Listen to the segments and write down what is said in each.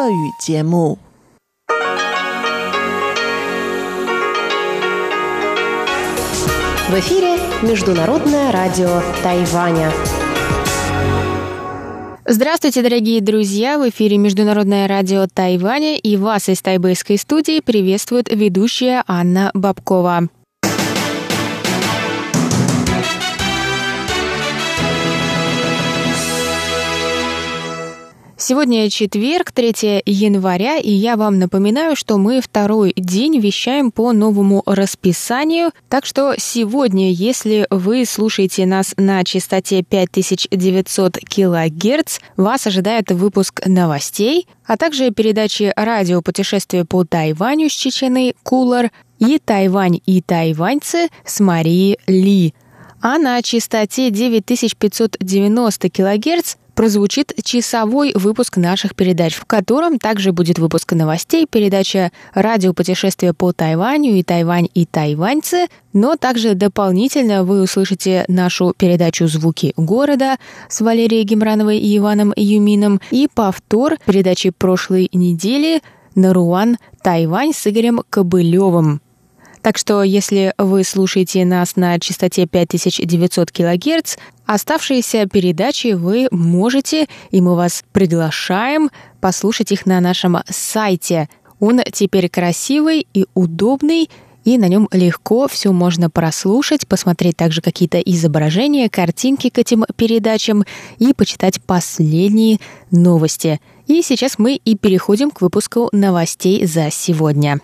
В эфире Международное радио Тайваня. Здравствуйте, дорогие друзья! В эфире Международное радио Тайваня, и вас из тайбэйской студии приветствует ведущая Анна Бабкова. Сегодня четверг, 3 января, и я вам напоминаю, что мы второй день вещаем по новому расписанию. Так что сегодня, если вы слушаете нас на частоте 5900 кГц, вас ожидает выпуск новостей, а также передачи радиопутешествия по Тайваню с Чеченой Кулар и «Тайвань и тайваньцы» с Марией Ли. А на частоте 9590 кГц прозвучит часовой выпуск наших передач, в котором также будет выпуск новостей, передача радиопутешествия по Тайваню и «Тайвань и тайваньцы», но также дополнительно вы услышите нашу передачу «Звуки города» с Валерией Гемрановой и Иваном Юмином и повтор передачи прошлой недели «Наруан Тайвань» с Игорем Кобылевым. Так что, если вы слушаете нас на частоте 5900 кГц, оставшиеся передачи вы можете, и мы вас приглашаем послушать их на нашем сайте. Он теперь красивый и удобный, и на нем легко все можно прослушать, посмотреть также какие-то изображения, картинки к этим передачам и почитать последние новости. И сейчас мы и переходим к выпуску новостей за сегодня.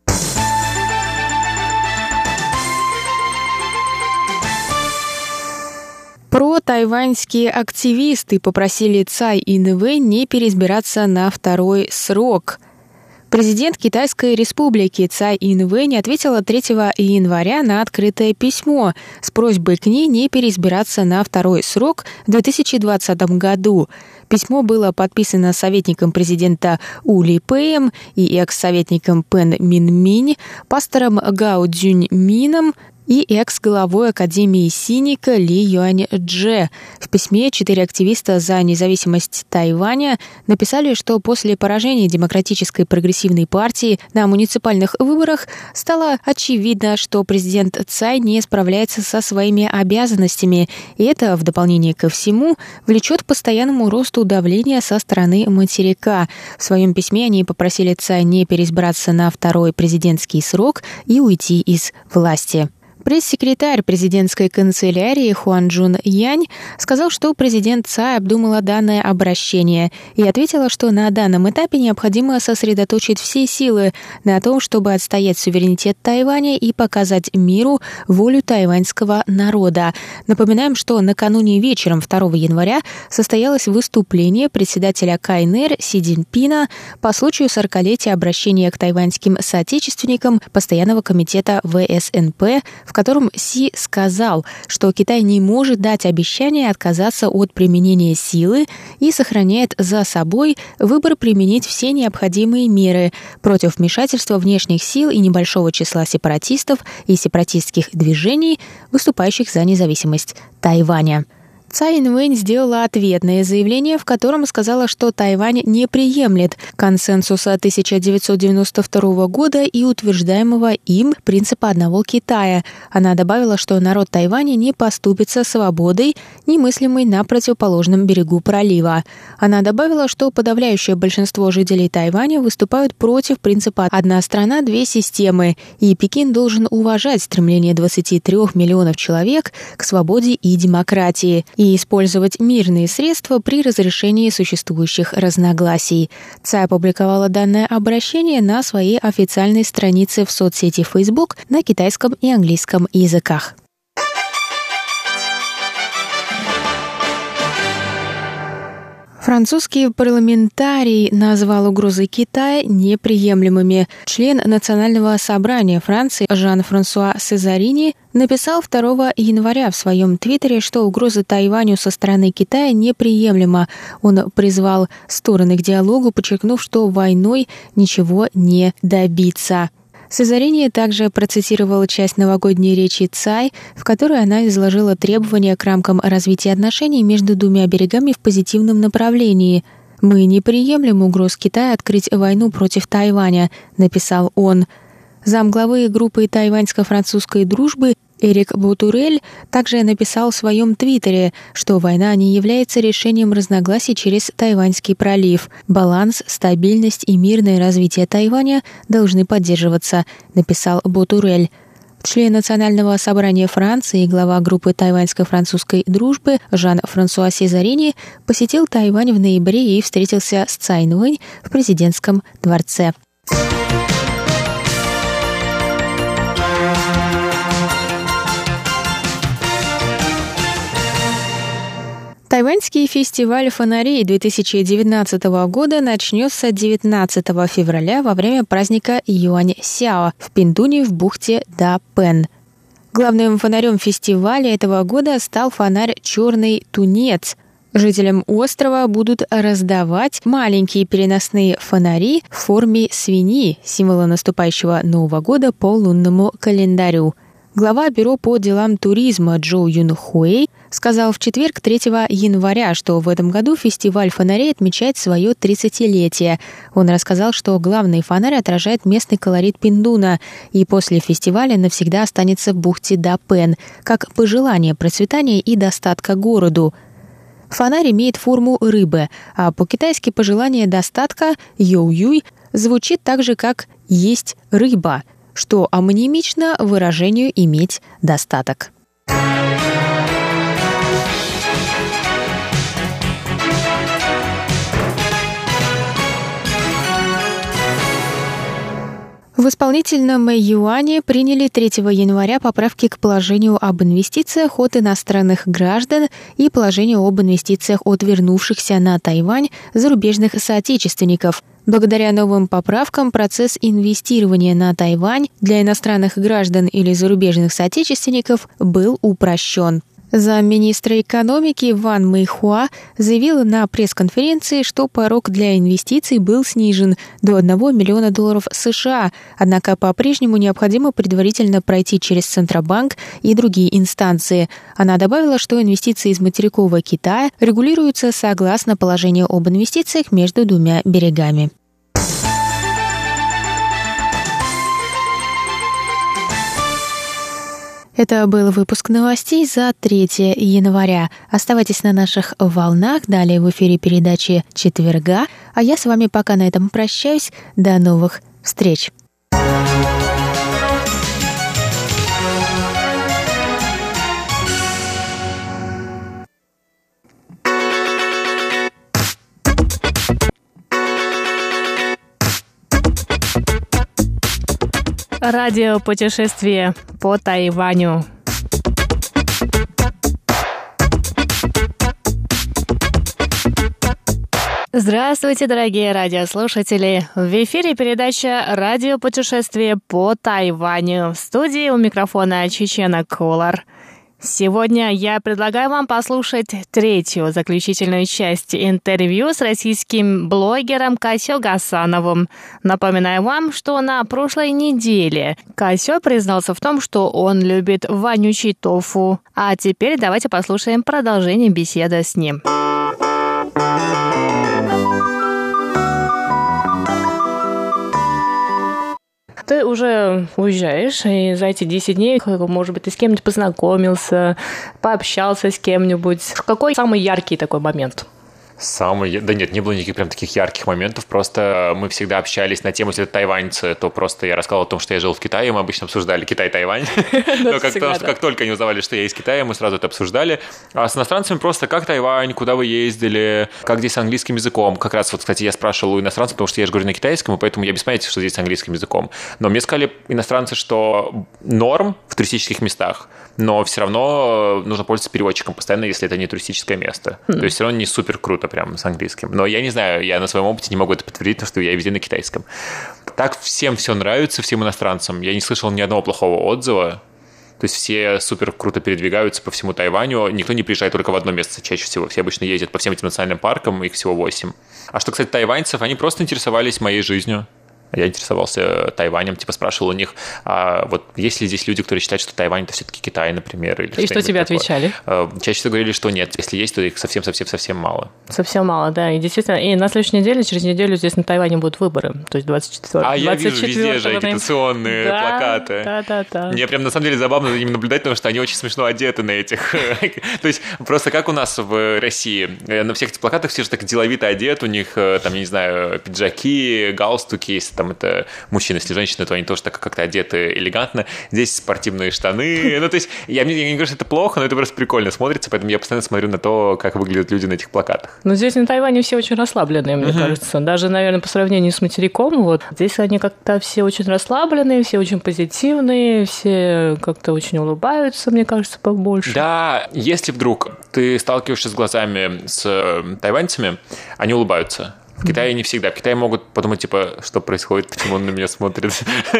Про-тайваньские активисты попросили Цай Инвэнь не переизбираться на второй срок. Президент Китайской республики Цай Инвэнь ответила 3 января на открытое письмо с просьбой к ней не переизбираться на второй срок в 2020 году. Письмо было подписано советником президента У Ли Пэем и экс-советником Пэн Мин Минь, пастором Гао Цзюнь Мином и экс-главой Академии Синика Ли Юань Дже. В письме 4 активиста за независимость Тайваня написали, что после поражения Демократической прогрессивной партии на муниципальных выборах стало очевидно, что президент Цай не справляется со своими обязанностями, и это, в дополнение ко всему, влечет к постоянному росту давления со стороны материка. В своем письме они попросили Цай не переизбраться на второй президентский срок и уйти из власти. Пресс-секретарь президентской канцелярии Хуан Чжун Янь сказал, что президент Цай обдумала данное обращение и ответила, что на данном этапе необходимо сосредоточить все силы на том, чтобы отстоять суверенитет Тайваня и показать миру волю тайваньского народа. Напоминаем, что накануне вечером 2 января состоялось выступление председателя КНР Си Цзиньпина по случаю 40-летия обращения к тайваньским соотечественникам Постоянного комитета ВСНП, в котором Си сказал, что Китай не может дать обещание отказаться от применения силы и сохраняет за собой выбор применить все необходимые меры против вмешательства внешних сил и небольшого числа сепаратистов и сепаратистских движений, выступающих за независимость Тайваня. Цай Инвэнь сделала ответное заявление, в котором сказала, что Тайвань не приемлет консенсуса 1992 года и утверждаемого им принципа одного Китая. Она добавила, что народ Тайваня не поступится свободой, немыслимой на противоположном берегу пролива. Она добавила, что подавляющее большинство жителей Тайваня выступают против принципа «одна страна, две системы», и Пекин должен уважать стремление 23 миллионов человек к свободе и демократии и использовать мирные средства при разрешении существующих разногласий. Цай опубликовала данное обращение на своей официальной странице в соцсети Facebook на китайском и английском языках. Французский парламентарий назвал угрозы Китая неприемлемыми. Член Национального собрания Франции Жан-Франсуа Сезарини написал 2 января в своем твиттере, что угроза Тайваню со стороны Китая неприемлема. Он призвал стороны к диалогу, подчеркнув, что войной ничего не добиться. Сезарини также процитировала часть новогодней речи Цай, в которой она изложила требования к рамкам развития отношений между двумя берегами в позитивном направлении. «Мы не приемлем угроз Китая открыть войну против Тайваня», написал он. Замглавы группы тайваньско-французской дружбы Эрик Ботурель также написал в своем твиттере, что война не является решением разногласий через Тайваньский пролив. Баланс, стабильность и мирное развитие Тайваня должны поддерживаться, написал Ботурель. Член Национального собрания Франции и глава группы тайваньско-французской дружбы Жан-Франсуа Сезарини посетил Тайвань в ноябре и встретился с Цай Инвэнь в президентском дворце. Тайваньский фестиваль фонарей 2019 года начнется 19 февраля во время праздника Юань-Сяо в Пиндуне в бухте Да-Пен. Главным фонарем фестиваля этого года стал фонарь «Черный тунец». Жителям острова будут раздавать маленькие переносные фонари в форме свиньи, символа наступающего Нового года по лунному календарю. Глава Бюро по делам туризма Джоу Юн Хуэй сказал в четверг, 3 января, что в этом году фестиваль фонарей отмечает свое 30-летие. Он рассказал, что главный фонарь отражает местный колорит Пиндуна и после фестиваля навсегда останется в бухте Да-Пен, как пожелание процветания и достатка городу. Фонарь имеет форму рыбы, а по-китайски пожелание достатка «йоу-юй» звучит так же, как «есть рыба», что амонимично выражению «иметь достаток». В исполнительном юане приняли 3 января поправки к положению об инвестициях от иностранных граждан и положению об инвестициях от вернувшихся на Тайвань зарубежных соотечественников. Благодаря новым поправкам процесс инвестирования на Тайвань для иностранных граждан или зарубежных соотечественников был упрощен. Замминистра экономики Ван Мэйхуа заявила на пресс-конференции, что порог для инвестиций был снижен до $1 миллиона США, однако по-прежнему необходимо предварительно пройти через Центробанк и другие инстанции. Она добавила, что инвестиции из материкового Китая регулируются согласно положению об инвестициях между двумя берегами. Это был выпуск новостей за 3 января. Оставайтесь на наших волнах. Далее в эфире передачи «Четверга». А я с вами пока на этом прощаюсь. До новых встреч. Радиопутешествие по Тайваню. Здравствуйте, дорогие радиослушатели! В эфире передача «Радиопутешествие по Тайваню». В студии у микрофона Чечена Колор. Сегодня я предлагаю вам послушать 3-ю заключительную часть интервью с российским блогером Касё Гасановым. Напоминаю вам, что на прошлой неделе Касё признался в том, что он любит вонючий тофу. А теперь давайте послушаем продолжение беседы с ним. Ты уже уезжаешь, и за эти 10 дней, может быть, ты с кем-нибудь познакомился, пообщался с кем-нибудь. Какой самый яркий такой момент? Да нет, не было никаких прям таких ярких моментов, просто мы всегда общались на тему, если это тайваньцы, то просто я рассказывал о том, что я жил в Китае, мы обычно обсуждали Китай-Тайвань, но как только они узнавали, что я из Китая, мы сразу это обсуждали, а с иностранцами просто как Тайвань, куда вы ездили, как здесь с английским языком, как раз вот, кстати, я спрашивал у иностранцев, потому что я же говорю на китайском, и поэтому я без понятия, что здесь с английским языком, но мне сказали иностранцы, что норм в туристических местах, но все равно нужно пользоваться переводчиком постоянно, если это не туристическое место, то есть все равно не супер круто прям с английским. Но я не знаю, я на своем опыте не могу это подтвердить, потому что я везде на китайском. Так всем все нравится, всем иностранцам. Я не слышал ни одного плохого отзыва. То есть все супер круто передвигаются по всему Тайваню. Никто не приезжает только в одно место чаще всего. Все обычно ездят по всем этим национальным паркам, их всего 8. А что, кстати, тайваньцев, они просто интересовались моей жизнью. Я интересовался Тайванем, типа спрашивал у них, а вот есть ли здесь люди, которые считают, что Тайвань это все-таки Китай, например, или и что тебе такое. Отвечали? Чаще всего говорили, что нет, если есть, то их совсем мало. Совсем мало, да, и действительно, и на следующей неделе, через неделю здесь на Тайване будут выборы, то есть 24. А я вижу везде же агитационные плакаты. Да. Мне прям на самом деле забавно за ними наблюдать, потому что они очень смешно одеты на этих. То есть просто как у нас в России, на всех этих плакатах все же так деловито одеты, у них там, я не знаю, пиджаки, галстуки, если там это мужчины, если женщины, то они тоже так как-то одеты элегантно. Здесь спортивные штаны. Ну, то есть, я не говорю, что это плохо, но это просто прикольно смотрится, поэтому я постоянно смотрю на то, как выглядят люди на этих плакатах. Но здесь на Тайване все очень расслабленные, мне кажется. Даже, наверное, по сравнению с материком, вот здесь они как-то все очень расслабленные, все очень позитивные, все как-то очень улыбаются, мне кажется, побольше. Да, если вдруг ты сталкиваешься с глазами с тайваньцами, они улыбаются. В Китае не всегда. В Китае могут подумать, типа, что происходит, почему он на меня смотрит.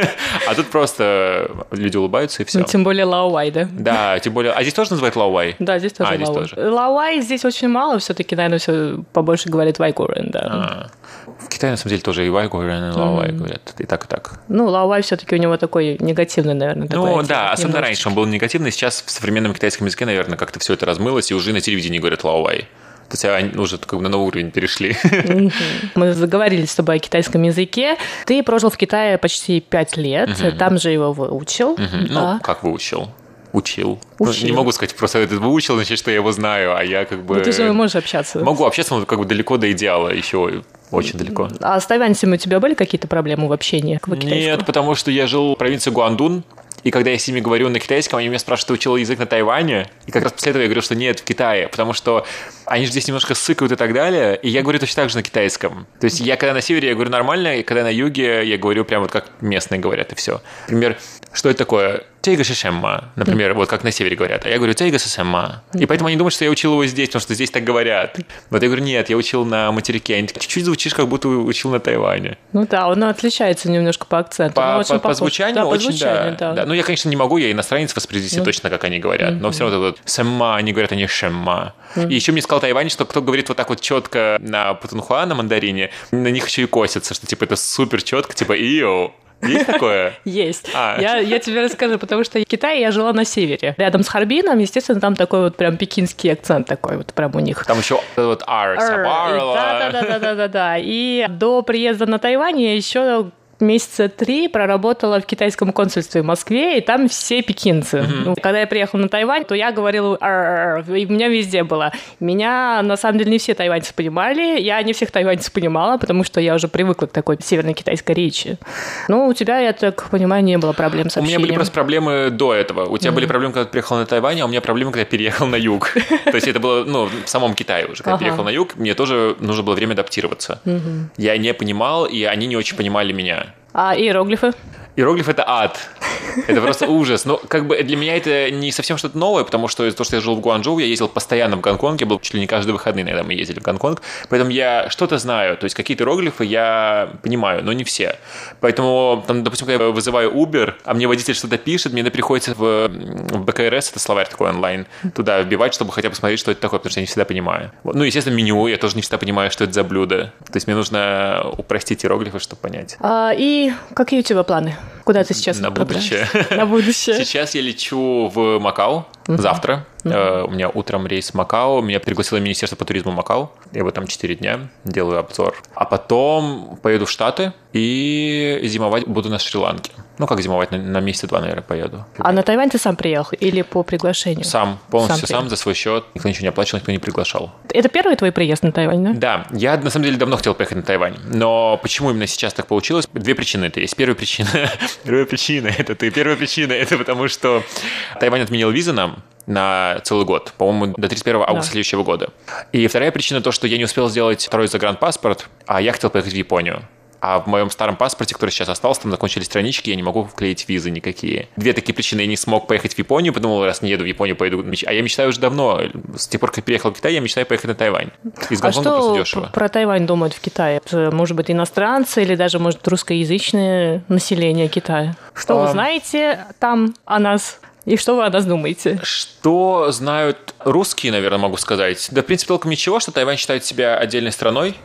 А тут просто люди улыбаются, и все. Ну, тем более Лаовай, да? Да, тем более... А здесь тоже называют Лаовай? Да, здесь тоже Лаовай. Лаовай здесь очень мало, все-таки, наверное, все побольше говорят Вайгорен, да. В Китае, на самом деле, тоже и Вайгорен, и Лаовай говорят. И так, и так. Ну, Лаовай все-таки у него такой негативный, наверное, такой. Ну, да, особенно раньше он был негативный. Сейчас в современном китайском языке, наверное, как-то все это размылось, и уже на телевидении говорят Лаовай. То есть они уже как бы на новый уровень перешли. Мы заговорили с тобой о китайском языке. Ты прожил в Китае почти 5 лет, там же его выучил. Ну, как выучил? Учил. Ну, не могу сказать, просто это выучил, значит, что я его знаю, а я как бы... Ну, ты же можешь общаться. Могу общаться, но как бы далеко до идеала, еще очень далеко. А с тайваньцами у тебя были какие-то проблемы в общении? Нет, потому что я жил в провинции Гуандун, и когда я с ними говорю на китайском, они меня спрашивают, ты учил язык на Тайване? И как раз после этого я говорю, что нет, в Китае, потому что они же здесь немножко сыкают и так далее, и я говорю точно так же на китайском. То есть я когда на севере, я говорю нормально, и когда на юге, я говорю прям вот как местные говорят, и все. Например, что это такое? Цейга шишемма. Например, вот как на севере говорят. А я говорю цейга шишемма. И поэтому они думают, что я учил его здесь, потому что здесь так говорят. Вот я говорю, нет, я учил на материке. Они такие, чуть-чуть звучишь, как будто учил на Тайване. Ну да, он отличается немножко по акценту. По звучанию да, очень, да. Ну я, конечно, не могу, я иностранец воспроизвести точно, как они говорят. Но все равно вот сэмма, они говорят, они шемма. И еще мне сказал Тайвань, что кто говорит вот так вот четко на путунхуа, на мандарине, на них еще и косятся, что типа это супер четко, типа ио. Есть такое? Есть. Я тебе расскажу, потому что в Китае я жила на севере. Рядом с Харбином, естественно, там такой вот прям пекинский акцент такой вот прям у них. Там еще вот R. Да. И до приезда на Тайвань я еще месяца 3 проработала в китайском консульстве в Москве, и там все пекинцы. Когда я приехала на Тайвань, то я говорила и у меня везде было. Меня, на самом деле, не все тайваньцы понимали, я не всех тайваньцев понимала, потому что я уже привыкла к такой северной китайской речи. Но у тебя, я так понимаю, не было проблем с общением. У меня были просто проблемы до этого. У тебя были проблемы, когда ты приехал на Тайвань, а у меня проблемы, когда я переехал на юг. То есть это было, в самом Китае уже. Когда я переехал на юг, мне тоже нужно было время адаптироваться. Я не понимал, и они не очень понимали меня. А иероглифы? Иероглиф — это ад. Это просто ужас. Но как бы для меня это не совсем что-то новое, потому что из-за того, что я жил в Гуанчжоу, я ездил постоянно в Гонконг, я был чуть ли не каждые выходные, иногда мы ездили в Гонконг, поэтому я что-то знаю, то есть какие-то иероглифы я понимаю, но не все. Поэтому, там, допустим, когда я вызываю Uber, а мне водитель что-то пишет, мне приходится в БКРС, это словарь такой онлайн, туда вбивать, чтобы хотя бы посмотреть, что это такое, потому что я не всегда понимаю. Ну, естественно, меню, я тоже не всегда понимаю, что это за блюдо. То есть мне нужно упростить иероглифы, чтобы понять. И какие у тебя планы? Куда ты сейчас на будущее? На будущее. Сейчас я лечу в Макао завтра. У меня утром рейс в Макао. Меня пригласило Министерство по туризму Макао. Я вот там 4 дня делаю обзор. А потом поеду в Штаты и зимовать буду на Шри-Ланке. Ну, как зимовать? На месяца 2, наверное, поеду. А на Тайвань ты сам приехал или по приглашению? Сам. Полностью сам за свой счет. Никто ничего не оплачивал, никто не приглашал. Это первый твой приезд на Тайвань, да? Да. Я, на самом деле, давно хотел поехать на Тайвань. Но почему именно сейчас так получилось? 2 причины это есть. Первая причина – это потому, что Тайвань отменил визы нам на целый год, по-моему, до 31 августа следующего года. И вторая причина то, что я не успел сделать второй загранпаспорт, а я хотел поехать в Японию. А в моем старом паспорте, который сейчас остался, там закончились странички, я не могу вклеить визы никакие. 2 такие причины. Я не смог поехать в Японию, подумал, раз не еду в Японию, поеду. А я мечтаю уже давно. С тех пор, как переехал в Китай, я мечтаю поехать на Тайвань. Из Гонконга просто дешево. А что про Тайвань думают в Китае? Может быть, иностранцы или даже, может, русскоязычное население Китая? Что вы знаете там о нас? И что вы о нас думаете? Что знают русские, наверное, могу сказать. Да, в принципе, толком ничего, что Тайвань считает себя отдельной страной.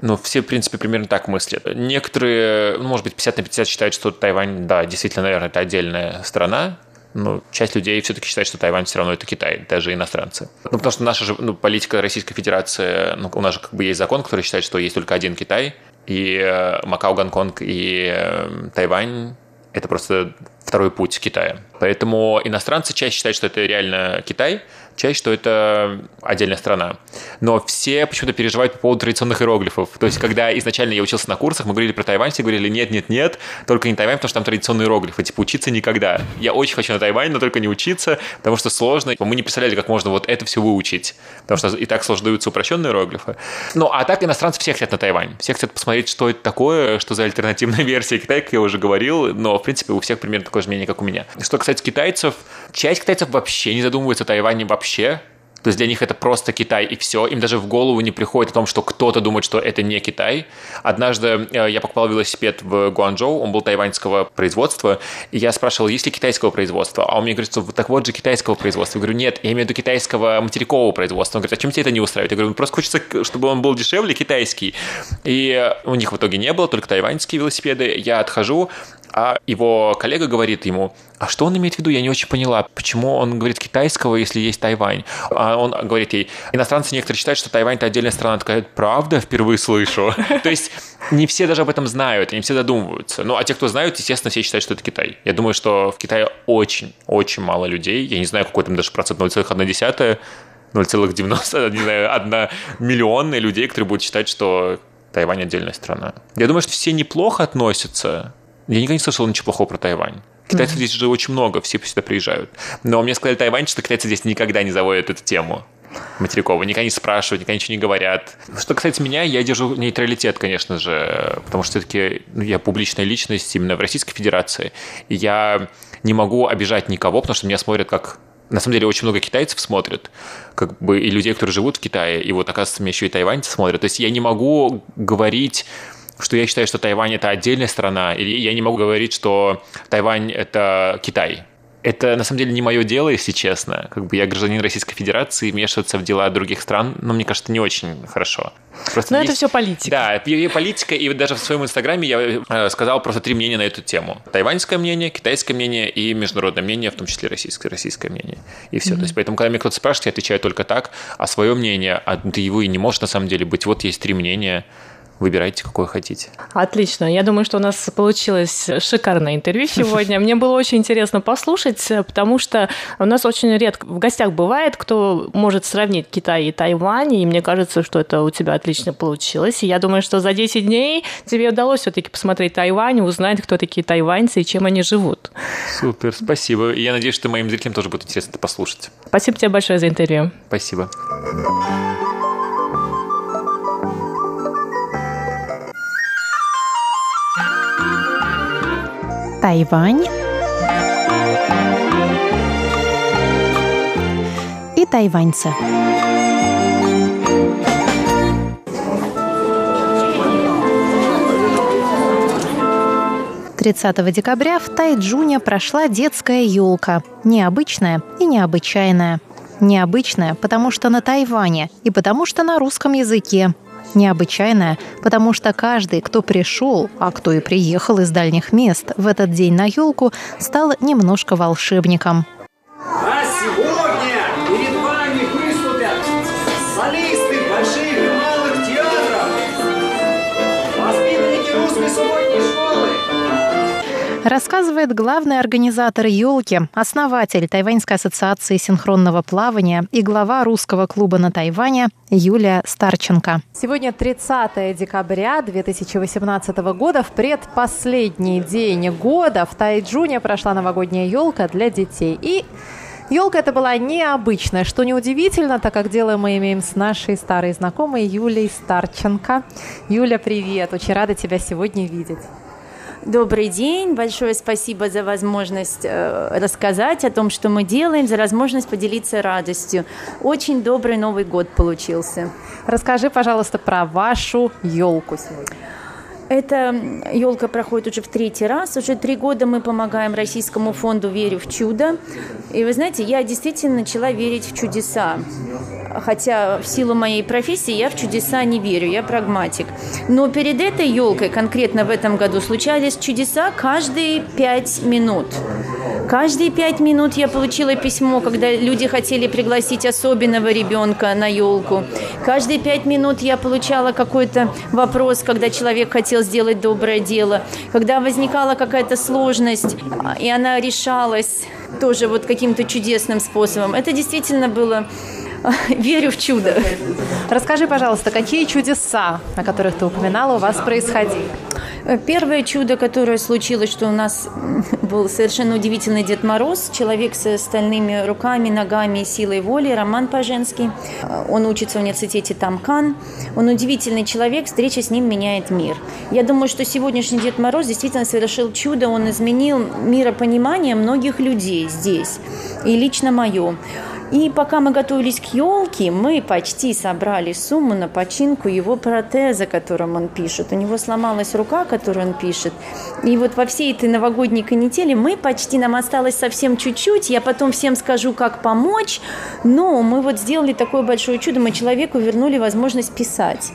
Ну, все, в принципе, примерно так мыслят. Некоторые, может быть, 50 на 50 считают, что Тайвань, да, действительно, наверное, это отдельная страна. Но часть людей все-таки считает, что Тайвань все равно это Китай, даже иностранцы. Ну, потому что наша же политика Российской Федерации, у нас же как бы есть закон, который считает, что есть только один Китай, и Макао, Гонконг и Тайвань – это просто второй путь Китая. Поэтому иностранцы чаще считают, что это реально Китай, чаще, что это отдельная страна. Но все почему-то переживают по поводу традиционных иероглифов. То есть, когда изначально я учился на курсах, мы говорили про Тайвань, все говорили, нет, только не Тайвань, потому что там традиционные иероглифы, типа учиться никогда. Я очень хочу на Тайвань, но только не учиться, потому что сложно. Мы не представляли, как можно вот это все выучить, потому что и так сложно даются упрощенные иероглифы. Ну, а так иностранцы все хотят на Тайвань. Все хотят посмотреть, что это такое, что за альтернативная версия Китая, как я уже говорил, но, в принципе, у всех примерно такое же мнение, как у меня. Что касается китайцев, часть китайцев вообще не задумывается о Тайване вообще. То есть для них это просто Китай и все. Им даже в голову не приходит о том, что кто-то думает, что это не Китай. Однажды я покупал велосипед в Гуанчжоу, он был тайваньского производства, и я спрашивал, есть ли китайского производства? А он мне говорит, что так вот же китайского производства. Я говорю, нет, я имею в виду китайского материкового производства. Он говорит, а чем тебе это не устраивает? Я говорю, просто хочется, чтобы он был дешевле, китайский. И у них в итоге не было, только тайваньские велосипеды. Я отхожу, а его коллега говорит ему, а что он имеет в виду? Я не очень поняла, почему он говорит китайского, если есть Тайвань. А он говорит ей, иностранцы некоторые считают, что Тайвань – это отдельная страна. Такая, правда? Впервые слышу. То есть не все даже об этом знают, не все задумываются. Ну, а те, кто знают, естественно, все считают, что это Китай. Я думаю, что в Китае очень мало людей. Я не знаю, какой там даже процент, 0,1, 0,90, не знаю, 1 миллионная людей, которые будут считать, что Тайвань – отдельная страна. Я думаю, что все неплохо относятся. Я никогда не слышал ничего плохого про Тайвань. Китайцев здесь же очень много, все сюда приезжают. Но мне сказали тайваньцы, что китайцы здесь никогда не заводят эту тему материковую, никогда не спрашивают, никогда ничего не говорят. Что касается меня, я держу нейтралитет, конечно же, потому что все-таки я публичная личность именно в Российской Федерации. И я не могу обижать никого, потому что меня смотрят как... На самом деле очень много китайцев смотрят, как бы и людей, которые живут в Китае, и вот, оказывается, меня еще и тайваньцы смотрят. То есть я не могу говорить, что я считаю, что Тайвань – это отдельная страна, или я не могу говорить, что Тайвань – это Китай. Это, на самом деле, не мое дело, если честно. Как бы я гражданин Российской Федерации, вмешиваться в дела других стран, но мне кажется, не очень хорошо. Но это все политика. Да, и политика, и даже в своем инстаграме я сказал просто 3 мнения на эту тему. Тайваньское мнение, китайское мнение и международное мнение, в том числе российское мнение. И все. То есть, поэтому, когда меня кто-то спрашивает, я отвечаю только так, а свое мнение, ты его и не можешь на самом деле быть. Вот есть 3 мнения. Выбирайте, какое хотите. Отлично. Я думаю, что у нас получилось шикарное интервью сегодня. Мне было очень интересно послушать, потому что у нас очень редко в гостях бывает, кто может сравнить Китай и Тайвань, и мне кажется, что это у тебя отлично получилось. И я думаю, что за 10 дней тебе удалось все-таки посмотреть Тайвань, узнать, кто такие тайваньцы и чем они живут. Супер, спасибо. И я надеюсь, что моим зрителям тоже будет интересно это послушать. Спасибо тебе большое за интервью. Спасибо. Тайвань и тайваньцы. «30 декабря в Тайчжуне прошла детская елка. Необычная и необычайная. Необычная, потому что на Тайване, и потому что на русском языке. Необычайная, потому что каждый, кто пришел, а кто и приехал из дальних мест в этот день на елку, стал немножко волшебником. А сегодня перед вами выступят солисты больших и малых театров, воспитанники русской субботней школы. Рассказывает главный организатор елки, основатель Тайваньской ассоциации синхронного плавания и глава русского клуба на Тайване Юлия Старченко. Сегодня 30 декабря 2018 года, в предпоследний день года в Тайчжуне прошла новогодняя елка для детей. И елка эта была необычная, что неудивительно, так как дело мы имеем с нашей старой знакомой Юлией Старченко. Юля, привет! Очень рада тебя сегодня видеть. Добрый день, большое спасибо за возможность рассказать о том, что мы делаем, за возможность поделиться радостью. Очень добрый Новый год получился. Расскажи, пожалуйста, про вашу елку сегодня. Эта елка проходит уже в 3-й раз. Уже 3 года мы помогаем Российскому фонду «Верю в чудо». И вы знаете, я действительно начала верить в чудеса. Хотя в силу моей профессии я в чудеса не верю, я прагматик. Но перед этой елкой, конкретно в этом году, случались чудеса каждые 5 минут. Каждые 5 минут я получила письмо, когда люди хотели пригласить особенного ребенка на елку. Каждые 5 минут я получала какой-то вопрос, когда человек хотел сделать доброе дело. Когда возникала какая-то сложность, и она решалась тоже вот каким-то чудесным способом. Это действительно было... Верю в чудо. Расскажи, пожалуйста, какие чудеса, о которых ты упоминала, у вас происходили? Первое чудо, которое случилось, что у нас был совершенно удивительный Дед Мороз, человек со стальными руками, ногами и силой воли, Роман Паженский. Он учится в университете Тамкан. Он удивительный человек, встреча с ним меняет мир. Я думаю, что сегодняшний Дед Мороз действительно совершил чудо, он изменил миропонимание многих людей здесь, и лично мое. И пока мы готовились к елке, мы почти собрали сумму на починку его протеза, которым он пишет. У него сломалась рука, которую он пишет. И вот во всей этой новогодней канители нам осталось совсем чуть-чуть. Я потом всем скажу, как помочь. Но мы вот сделали такое большое чудо. Мы человеку вернули возможность писать.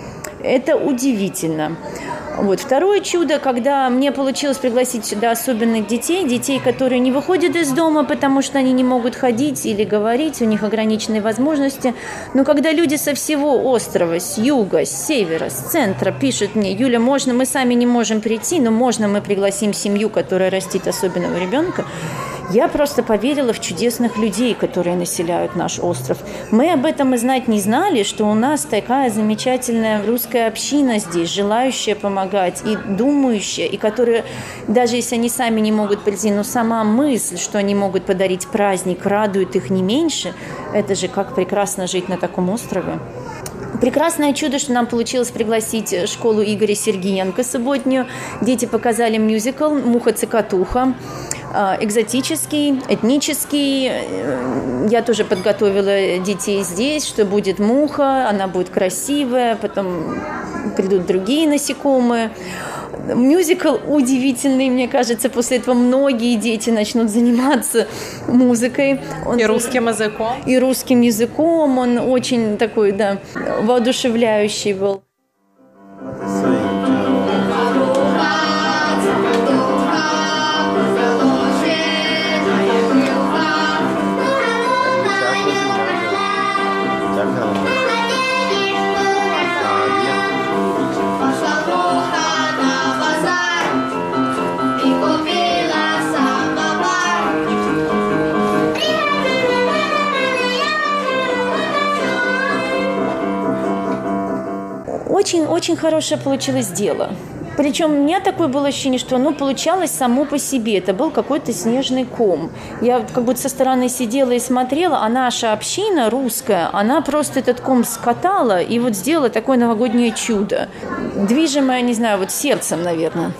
Это удивительно. Вот. Второе чудо, когда мне получилось пригласить сюда особенных детей, которые не выходят из дома, потому что они не могут ходить или говорить, у них ограниченные возможности. Но когда люди со всего острова, с юга, с севера, с центра пишут мне: Юля, можно, мы сами не можем прийти, но можно мы пригласим семью, которая растит особенного ребенка. Я просто поверила в чудесных людей, которые населяют наш остров. Мы об этом и знать не знали, что у нас такая замечательная русская община здесь, желающая помогать и думающая, и которая, даже если они сами не могут прийти, но сама мысль, что они могут подарить праздник, радует их не меньше. Это же как прекрасно жить на таком острове. Прекрасное чудо, что нам получилось пригласить школу Игоря Сергиенко субботнюю. Дети показали мюзикл «Муха-цикатуха». Экзотический, этнический. Я тоже подготовила детей здесь, что будет муха, она будет красивая, потом придут другие насекомые. Мюзикл удивительный, мне кажется, после этого многие дети начнут заниматься музыкой. И русским языком. И русским языком, он очень такой, да, воодушевляющий был. Очень хорошее получилось дело. Причем у меня такое было ощущение, что оно получалось само по себе. Это был какой-то снежный ком. Я как будто со стороны сидела и смотрела, а наша община русская, она просто этот ком скатала и вот сделала такое новогоднее чудо. Движимое, не знаю, вот сердцем, наверное.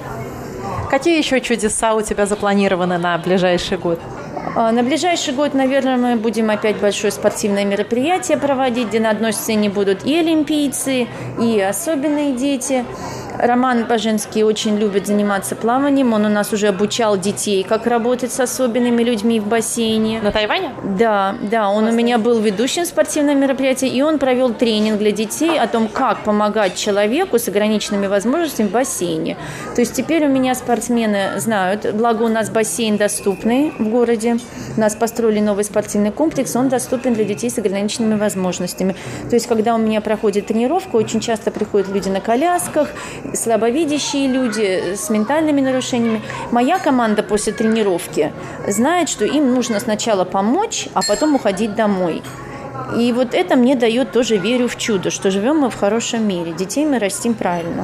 Какие еще чудеса у тебя запланированы на ближайший год? На ближайший год, наверное, мы будем опять большое спортивное мероприятие проводить, где на одной сцене будут и олимпийцы, и особенные дети. Роман Паженский очень любит заниматься плаванием. Он у нас уже обучал детей, как работать с особенными людьми в бассейне. На Тайване? Да. Он у меня был ведущим спортивного мероприятия, и он провел тренинг для детей о том, как помогать человеку с ограниченными возможностями в бассейне. То есть теперь у меня спортсмены знают, благо у нас бассейн доступный в городе. У нас построили новый спортивный комплекс, он доступен для детей с ограниченными возможностями. То есть когда у меня проходит тренировка, очень часто приходят люди на колясках, слабовидящие люди с ментальными нарушениями. Моя команда после тренировки знает, что им нужно сначала помочь, а потом уходить домой. И вот это мне дает тоже веру в чудо, что живем мы в хорошем мире, детей мы растим правильно.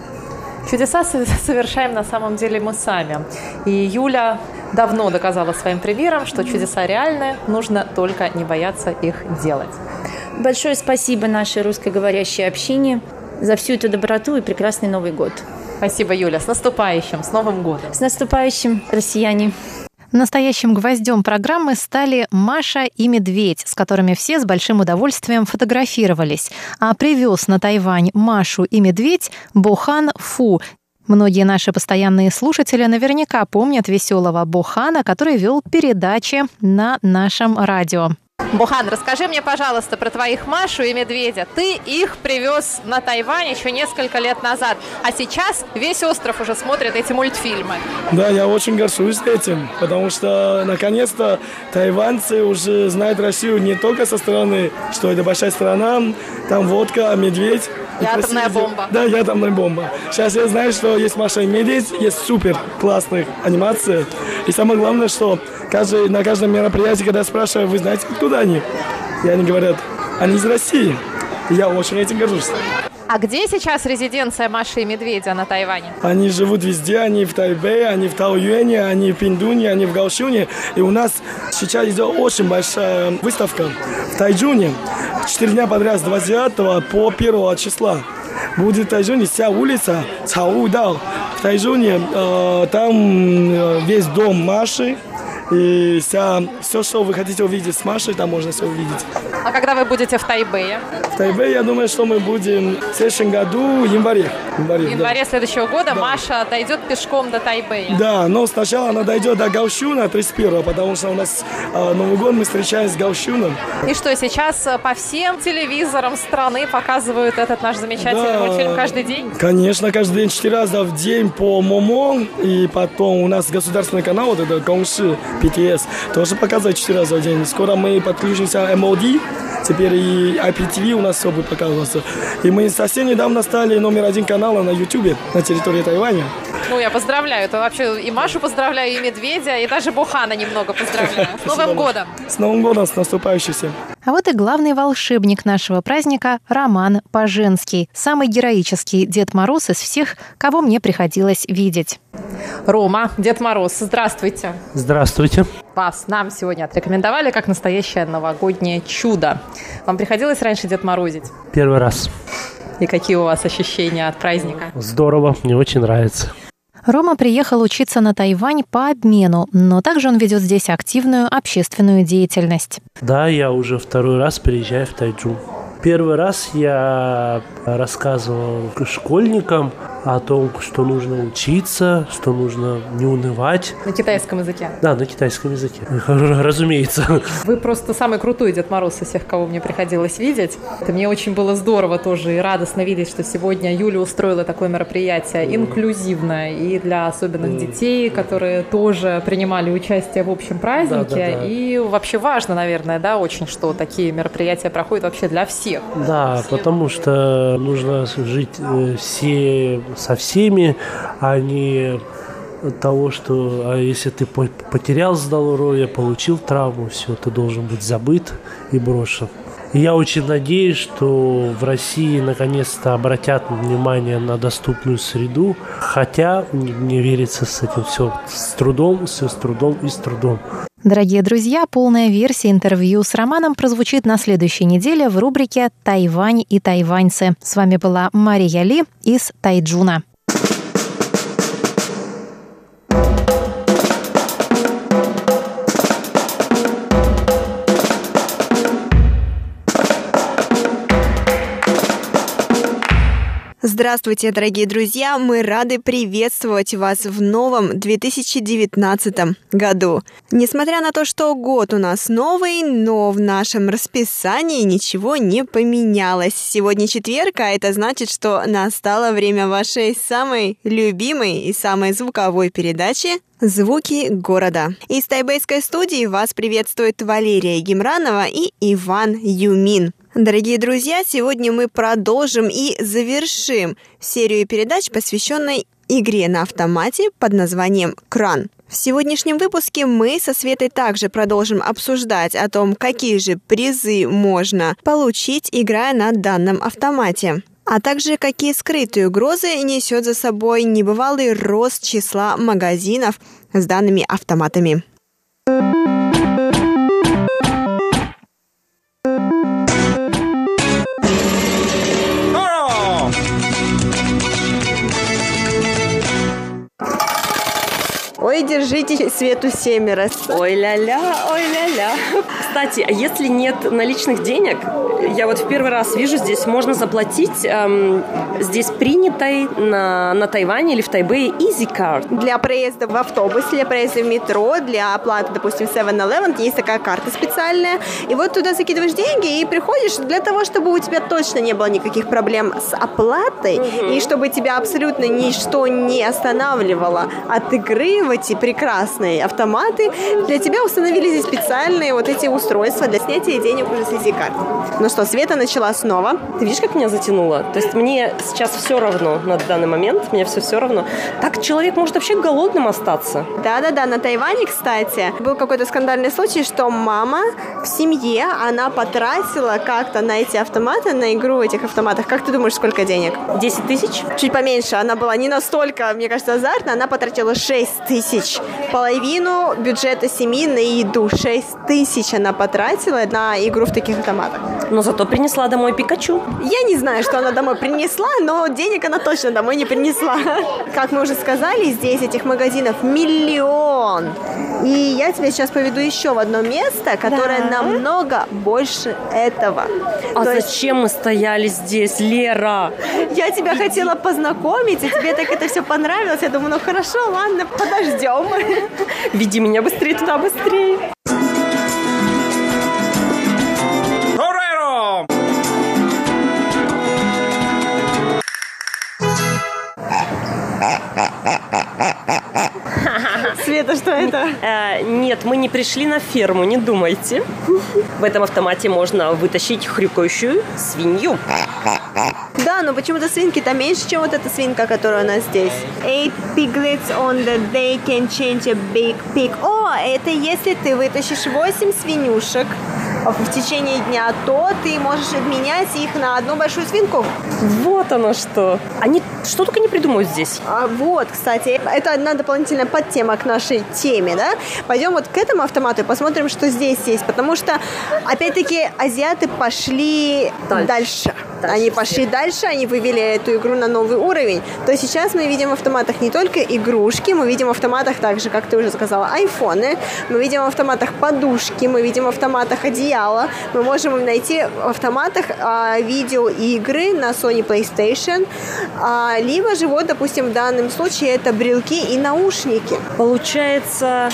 Чудеса совершаем на самом деле мы сами. И Юля давно доказала своим примером, что чудеса реальны, нужно только не бояться их делать. Большое спасибо нашей русскоговорящей общине за всю эту доброту и прекрасный Новый год. Спасибо, Юля. С наступающим, с Новым годом. С наступающим, россияне. Настоящим гвоздем программы стали Маша и Медведь, с которыми все с большим удовольствием фотографировались. А привез на Тайвань Машу и Медведь Бохан Фу. Многие наши постоянные слушатели наверняка помнят веселого Бохана, который вел передачи на нашем радио. Бухан, расскажи мне, пожалуйста, про твоих Машу и Медведя. Ты их привез на Тайвань еще несколько лет назад, а сейчас весь остров уже смотрит эти мультфильмы. Да, я очень горжусь этим, потому что, наконец-то, тайваньцы уже знают Россию не только со стороны, что это большая страна, там водка, медведь. И атомная бомба. Да, и атомная бомба. Сейчас я знаю, что есть Маша и Медведь, есть супер классная анимация. И самое главное, что на каждом мероприятии, когда я спрашиваю, вы знаете, откуда они? И они говорят, они из России. И я очень этим горжусь. А где сейчас резиденция Маши и Медведя на Тайване? Они живут везде, они в Тайбэе, они в Таоюэне, они в Пиндуне, они в Гаошюне. И у нас сейчас идет очень большая выставка в Тайчжуне. 4 дня подряд, с 29 по 1 числа. Будет в Тайчжуне вся улица Цаоудao. В Тайчжуне там весь дом Маши. И все, что вы хотите увидеть с Машей, там можно все увидеть. А когда вы будете в Тайбэе? В Тайбэе, я думаю, что мы будем в следующем году, в январе. В январе следующего года, да. Маша дойдет пешком до Тайбэя. Да, но сначала она дойдет до Гаошюна 31-го, потому что у нас Новый год мы встречаем с Гаошюном. И что, сейчас по всем телевизорам страны показывают этот наш замечательный мультфильм каждый день? Конечно, каждый день, 4 раза в день по Момо. И потом у нас государственный канал, вот это Гongshi, PTS, тоже показывает 4 раза в день. Скоро мы подключимся к МОД, теперь и IPTV у нас все будет показываться. И мы совсем недавно стали номер 1 канала на YouTube на территории Тайваня. Ну, я поздравляю. Это вообще и Машу поздравляю, и Медведя, и даже Бухана немного поздравляю. С Новым годом! С Новым годом, с наступающим всем! А вот и главный волшебник нашего праздника – Роман Паженский. Самый героический Дед Мороз из всех, кого мне приходилось видеть. Рома, Дед Мороз, здравствуйте. Здравствуйте. Вас нам сегодня отрекомендовали как настоящее новогоднее чудо. Вам приходилось раньше Дед Морозить? Первый раз. И какие у вас ощущения от праздника? Здорово, мне очень нравится. Рома приехал учиться на Тайвань по обмену, но также он ведет здесь активную общественную деятельность. Да, я уже 2-й раз приезжаю в Тайчжун. Первый раз я рассказывал школьникам о том, что нужно учиться, что нужно не унывать. На китайском языке? Да, на китайском языке, разумеется. Вы просто самый крутой Дед Мороз из всех, кого мне приходилось видеть. Это мне очень было здорово тоже и радостно видеть, что сегодня Юля устроила такое мероприятие инклюзивное и для особенных детей, которые тоже принимали участие в общем празднике. Да. И вообще важно, наверное, да, очень, что такие мероприятия проходят вообще для всех. Да, потому что нужно жить все со всеми, а не того, что если ты потерял здоровье, получил травму, все, ты должен быть забыт и брошен. И я очень надеюсь, что в России наконец-то обратят внимание на доступную среду, хотя не верится с этим все с трудом. Дорогие друзья, полная версия интервью с Романом прозвучит на следующей неделе в рубрике «Тайвань и тайваньцы». С вами была Мария Ли из Тайчжуна. Здравствуйте, дорогие друзья! Мы рады приветствовать вас в новом 2019 году. Несмотря на то, что год у нас новый, но в нашем расписании ничего не поменялось. Сегодня четверг, а это значит, что настало время вашей самой любимой и самой звуковой передачи «Звуки города». Из тайбэйской студии вас приветствует Валерия Гимранова и Иван Юмин. Дорогие друзья, сегодня мы продолжим и завершим серию передач, посвященной игре на автомате под названием «Кран». В сегодняшнем выпуске мы со Светой также продолжим обсуждать о том, какие же призы можно получить, играя на данном автомате, а также какие скрытые угрозы несет за собой небывалый рост числа магазинов с данными автоматами. Ой, держите Свету семеро. Ой, ля-ля, ой, ля-ля. Кстати, а если нет наличных денег, я вот в первый раз вижу, здесь можно заплатить здесь принятой на Тайване или в Тайбэе Easy Card. Для проезда в автобусе, для проезда в метро, для оплаты, допустим, 7-Eleven, есть такая карта специальная. И вот туда закидываешь деньги и приходишь для того, чтобы у тебя точно не было никаких проблем с оплатой, и чтобы тебя абсолютно ничто не останавливало от игры в эти прекрасные автоматы. Для тебя установили здесь специальные вот эти устройства для снятия денег уже с Easy Card. Ну что, Света начала снова. Ты видишь, как меня затянуло? То есть мне сейчас все равно на данный момент, мне все равно. Так человек может вообще голодным остаться. Да-да-да, на Тайване, кстати, был какой-то скандальный случай, что мама в семье, она потратила как-то на эти автоматы, на игру в этих автоматах. Как ты думаешь, сколько денег? 10 тысяч? Чуть поменьше. Она была не настолько, мне кажется, азартна. Она потратила 6 тысяч. Половину бюджета семьи на еду. 6 тысяч она потратила на игру в таких автоматах. Но зато принесла домой Пикачу. Я не знаю, что она домой принесла, но денег она точно домой не принесла. Как мы уже сказали, здесь этих магазинов миллион. И я тебя сейчас поведу еще в одно место, которое намного больше этого. А зачем мы стояли здесь, Лера? Я тебя хотела познакомить, и тебе так это все понравилось. Я думаю, ну хорошо, ладно, подождем. Веди меня быстрее туда, быстрее. Света, что это? Нет, мы не пришли на ферму, не думайте. В этом автомате можно вытащить хрюкающую свинью. Да, но почему-то свинки-то меньше, чем вот эта свинка, которая у нас здесь. 8 piglets on the day can change a big pig. О, это если ты вытащишь 8 свинюшек в течение дня, то ты можешь обменять их на одну большую свинку. Вот оно что. Они что только не придумают здесь. Вот, кстати, это одна дополнительная подтема к нашей теме, да? Пойдем вот к этому автомату и посмотрим, что здесь есть. Потому что, опять-таки, азиаты пошли дальше. Они пошли дальше, они вывели эту игру на новый уровень. То сейчас мы видим в автоматах не только игрушки, мы видим в автоматах также, как ты уже сказала, айфоны, мы видим в автоматах подушки, мы видим в автоматах одеяло, мы можем найти в автоматах видеоигры на Sony PlayStation, либо же, вот, допустим, в данном случае это брелки и наушники. Получается,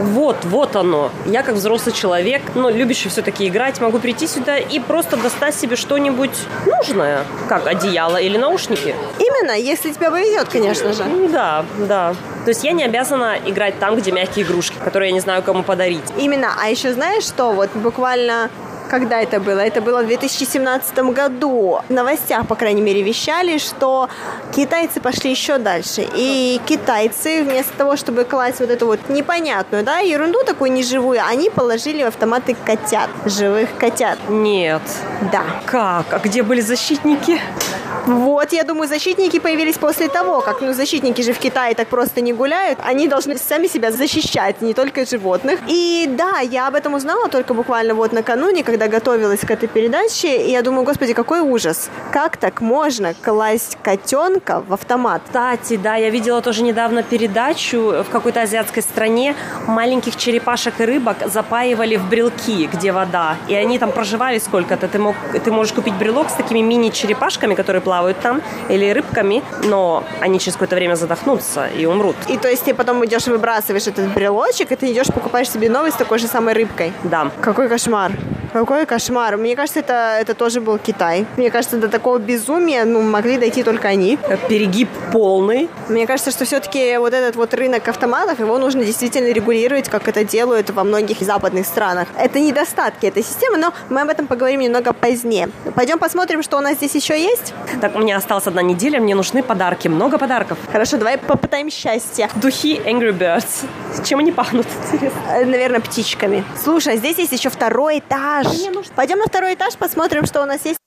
вот оно. Я как взрослый человек, но любящий все-таки играть, могу прийти сюда и просто достать себе что-нибудь нужное, как одеяло или наушники. Именно, если тебя повезет, конечно же. Да. То есть я не обязана играть там, где мягкие игрушки, которые я не знаю, кому подарить. Именно. А еще знаешь что? Вот буквально... Когда это было? Это было в 2017 году. В новостях, по крайней мере, вещали, что китайцы пошли еще дальше. И китайцы, вместо того, чтобы класть вот эту вот непонятную, да, ерунду такую неживую, они положили в автоматы котят, живых котят. Нет. Да. Как? А где были защитники? Вот, я думаю, защитники появились после того, как, защитники же в Китае так просто не гуляют. Они должны сами себя защищать, не только животных. И да, я об этом узнала только буквально вот накануне, когда готовилась к этой передаче, и я думаю, господи, какой ужас. Как так можно класть котенка в автомат? Кстати, да, я видела тоже недавно передачу в какой-то азиатской стране. Маленьких черепашек и рыбок запаивали в брелки, где вода. И они там проживали сколько-то. Ты можешь купить брелок с такими мини-черепашками, которые плавают там, или рыбками, но они через какое-то время задохнутся и умрут. И то есть ты потом идешь и выбрасываешь этот брелочек, и ты идешь покупаешь себе новый с такой же самой рыбкой? Да. Какой кошмар. Какой кошмар. Мне кажется, это тоже был Китай. Мне кажется, до такого безумия могли дойти только они. Перегиб полный. Мне кажется, что все-таки вот этот вот рынок автоматов, его нужно действительно регулировать, как это делают во многих западных странах. Это недостатки этой системы, но мы об этом поговорим немного позднее. Пойдем посмотрим, что у нас здесь еще есть. Так, у меня осталась 1 неделя, мне нужны подарки, много подарков. Хорошо, давай попытаем счастье. Духи Angry Birds. Чем они пахнут, интересно? Наверное, птичками. Слушай, здесь есть еще 2-й этаж. Пойдем на 2-й этаж, посмотрим, что у нас есть.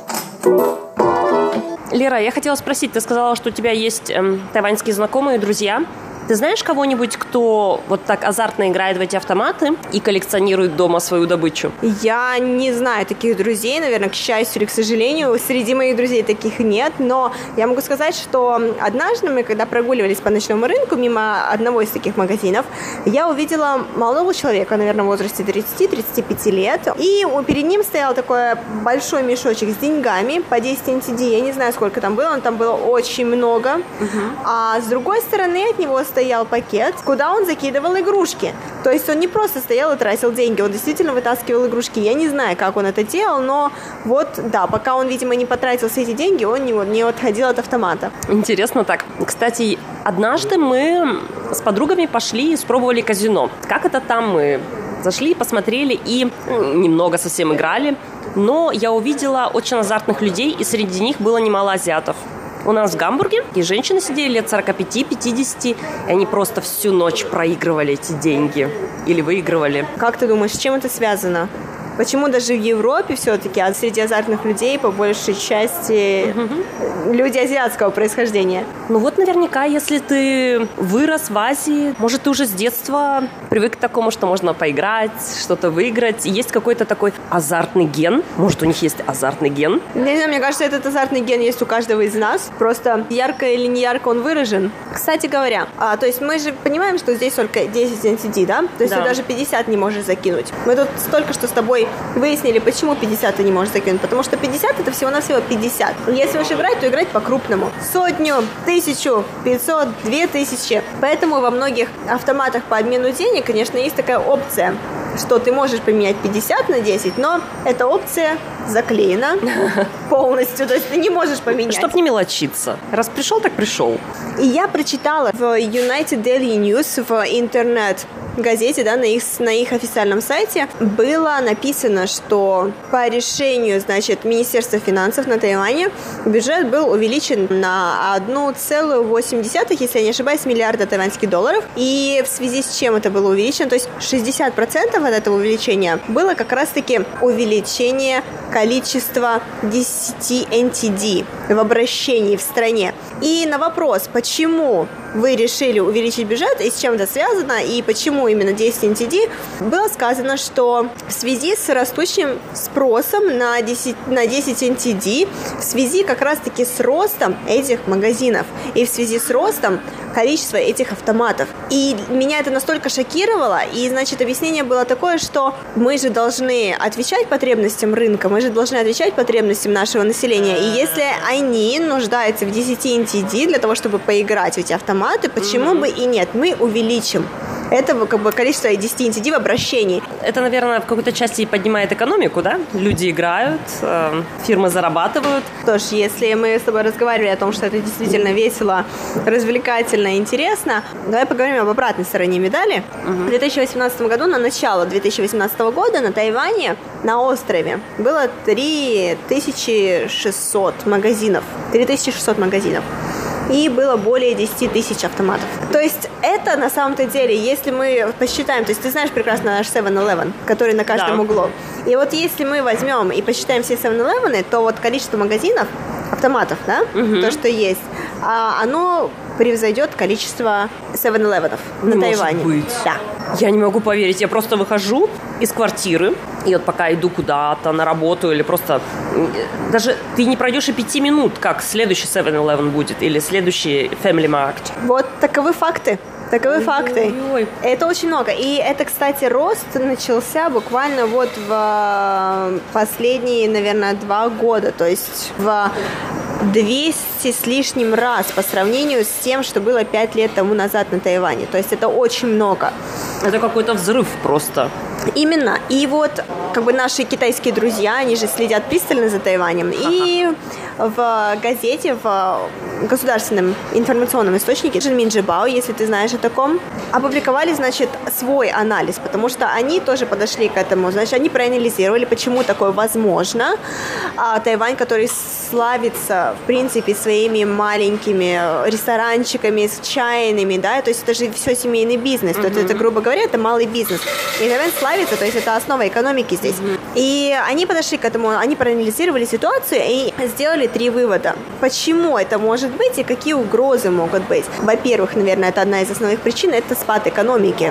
Лера, я хотела спросить, ты сказала, что у тебя есть тайваньские знакомые, друзья. Ты знаешь кого-нибудь, кто вот так азартно играет в эти автоматы и коллекционирует дома свою добычу? Я не знаю таких друзей, наверное, к счастью или к сожалению, среди моих друзей таких нет, но я могу сказать, что однажды мы, когда прогуливались по ночному рынку мимо одного из таких магазинов, я увидела молодого человека, наверное, в возрасте 30-35 лет, и перед ним стоял такой большой мешочек с деньгами по 10 NTD, я не знаю, сколько там было, но там было очень много, а с другой стороны от него стоял пакет, куда он закидывал игрушки, то есть он не просто стоял и тратил деньги, он действительно вытаскивал игрушки, я не знаю, как он это делал, но вот, да, пока он, видимо, не потратил все эти деньги, он не отходил от автомата. Интересно так. Кстати, однажды мы с подругами пошли и испробовали казино. Как это там? Мы зашли, посмотрели и немного совсем играли, но я увидела очень азартных людей, и среди них было немало азиатов. У нас в Гамбурге и женщины сидели лет 45-50, и они просто всю ночь проигрывали эти деньги или выигрывали. Как ты думаешь, с чем это связано? Почему даже в Европе все-таки, а среди азартных людей по большей части люди азиатского происхождения? Ну вот наверняка, если ты вырос в Азии, может, ты уже с детства привык к такому, что можно поиграть, что-то выиграть. Есть какой-то такой азартный ген. Может, у них есть азартный ген? Не знаю, мне кажется, этот азартный ген есть у каждого из нас. Просто ярко или не ярко он выражен. Кстати говоря, то есть мы же понимаем, что здесь только 10 NTD, да? То есть ты даже 50 не можешь закинуть. Мы тут только что с тобой выяснили, почему 50 ты не можешь закинуть. Потому что 50 это всего-навсего 50. Если уж играть, то играть по-крупному. 100, 1000, 500, 2000. Поэтому во многих автоматах по обмену денег, конечно, есть такая опция, что ты можешь поменять 50 на 10, но эта опция заклеена полностью, то есть ты не можешь поменять. Чтоб не мелочиться. Раз пришел, так пришел. И я прочитала в United Daily News, в интернет-газете, да, на их официальном сайте, было написано, что по решению, значит, Министерства финансов на Тайване бюджет был увеличен на 1,8, если я не ошибаюсь, миллиарда тайваньских долларов. И в связи с чем это было увеличено, то есть 60% от этого увеличения было как раз-таки увеличение количества 10 NTD в обращении в стране. И на вопрос, почему вы решили увеличить бюджет и с чем это связано, и почему именно 10 NTD, было сказано, что в связи с растущим спросом на 10 NTD, в связи как раз-таки с ростом этих магазинов и в связи с ростом количества этих автоматов. И меня это настолько шокировало, и, значит, объяснение было такое, что мы же должны отвечать потребностям рынка, мы же должны отвечать потребностям нашего населения, и если они нуждаются в 10 NTD для того, чтобы поиграть в эти автоматы, почему бы и нет, мы увеличим это как бы количество 10 NTD в обращении. Это, наверное, в какой-то части поднимает экономику, да? Люди играют, фирмы зарабатывают. Что ж, если мы с тобой разговаривали о том, что это действительно весело, развлекательно, интересно, давай поговорим об обратной стороне медали. В 2018 году, на начало 2018 года на Тайване, на острове, было 3600 магазинов. 3600 магазинов. И было более 10 тысяч автоматов. То есть это на самом-то деле, если мы посчитаем, то есть ты знаешь прекрасно наш 7-Eleven, который на каждом углу. И вот если мы возьмем и посчитаем все 7-Eleven, то вот количество магазинов, автоматов, да, то, что есть, оно превзойдет количество 7-Eleven'ов на Тайване. Может быть. Да. Я не могу поверить. Я просто выхожу из квартиры, и вот пока иду куда-то на работу или просто... Даже ты не пройдешь и 5 минут, как следующий 7-Eleven будет или следующий Family Mart. Вот таковы факты. Таковы факты. Это очень много. И это, кстати, рост начался буквально вот в последние, наверное, 2 года. То есть в 200 с лишним раз по сравнению с тем, что было 5 лет тому назад на Тайване. То есть это очень много. Это какой-то взрыв просто. Именно. И вот как бы наши китайские друзья, они же следят пристально за Тайванем. И в газете, в государственном информационном источнике Жинмин Джибао, если ты знаешь о таком, опубликовали, значит, свой анализ, потому что они тоже подошли к этому. Значит, они проанализировали, почему такое возможно. Тайвань, который славится, в принципе, своими маленькими ресторанчиками с чайными, да, то есть это же все семейный бизнес, то есть это, грубо говоря, это малый бизнес. И Тайвань славится, то есть это основа экономики здесь. И они подошли к этому, они проанализировали ситуацию и сделали 3 вывода. Почему это может быть и какие угрозы могут быть? Во-первых, наверное, это одна из основных причин, это спад экономики.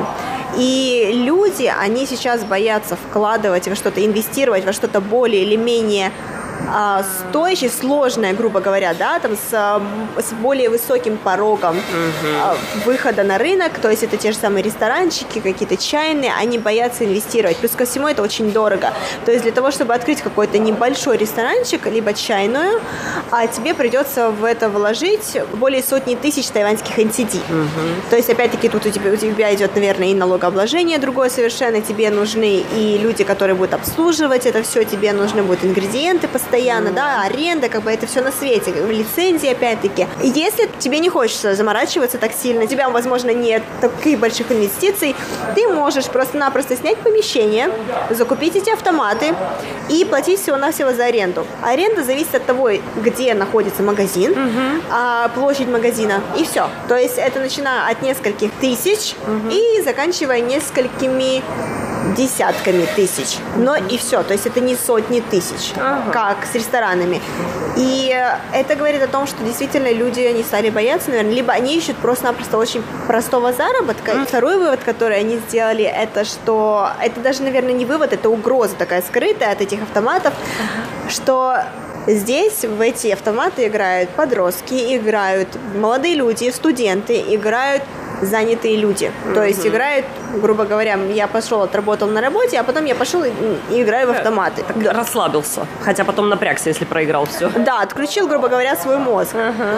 И люди, они сейчас боятся вкладывать во что-то, инвестировать во что-то более или менее стоящее, сложное, грубо говоря, да, там с более высоким порогом выхода на рынок, то есть это те же самые ресторанчики, какие-то чайные, они боятся инвестировать. Плюс ко всему это очень дорого. То есть для того, чтобы открыть какой-то небольшой ресторанчик, либо чайную, тебе придется в это вложить более 100 тысяч тайваньских NTD. То есть, опять-таки, тут у тебя идет, наверное, и налогообложение другое совершенно, тебе нужны и люди, которые будут обслуживать это все, тебе нужны будут ингредиенты постоянно, да, аренда, как бы это все на свете, лицензии, опять-таки. Если тебе не хочется заморачиваться так сильно, у тебя, возможно, нет таких больших инвестиций, ты можешь просто-напросто снять помещение, закупить эти автоматы и платить всего-навсего за аренду. Аренда зависит от того, где находится магазин, площадь магазина, и все. То есть это начиная от нескольких тысяч и заканчивая несколькими десятками тысяч. Но и все. То есть это не сотни тысяч, как с ресторанами. И это говорит о том, что действительно люди не стали бояться, наверное, либо они ищут просто-напросто очень простого заработка. И второй вывод, который они сделали, это что... Это даже, наверное, не вывод, это угроза такая скрытая от этих автоматов, что... Здесь в эти автоматы играют подростки, играют молодые люди, студенты, играют занятые люди. То есть играют, грубо говоря, я пошел, отработал на работе, а потом я пошел и играю в автоматы. Так расслабился, хотя потом напрягся, если проиграл все. Да, отключил, грубо говоря, свой мозг.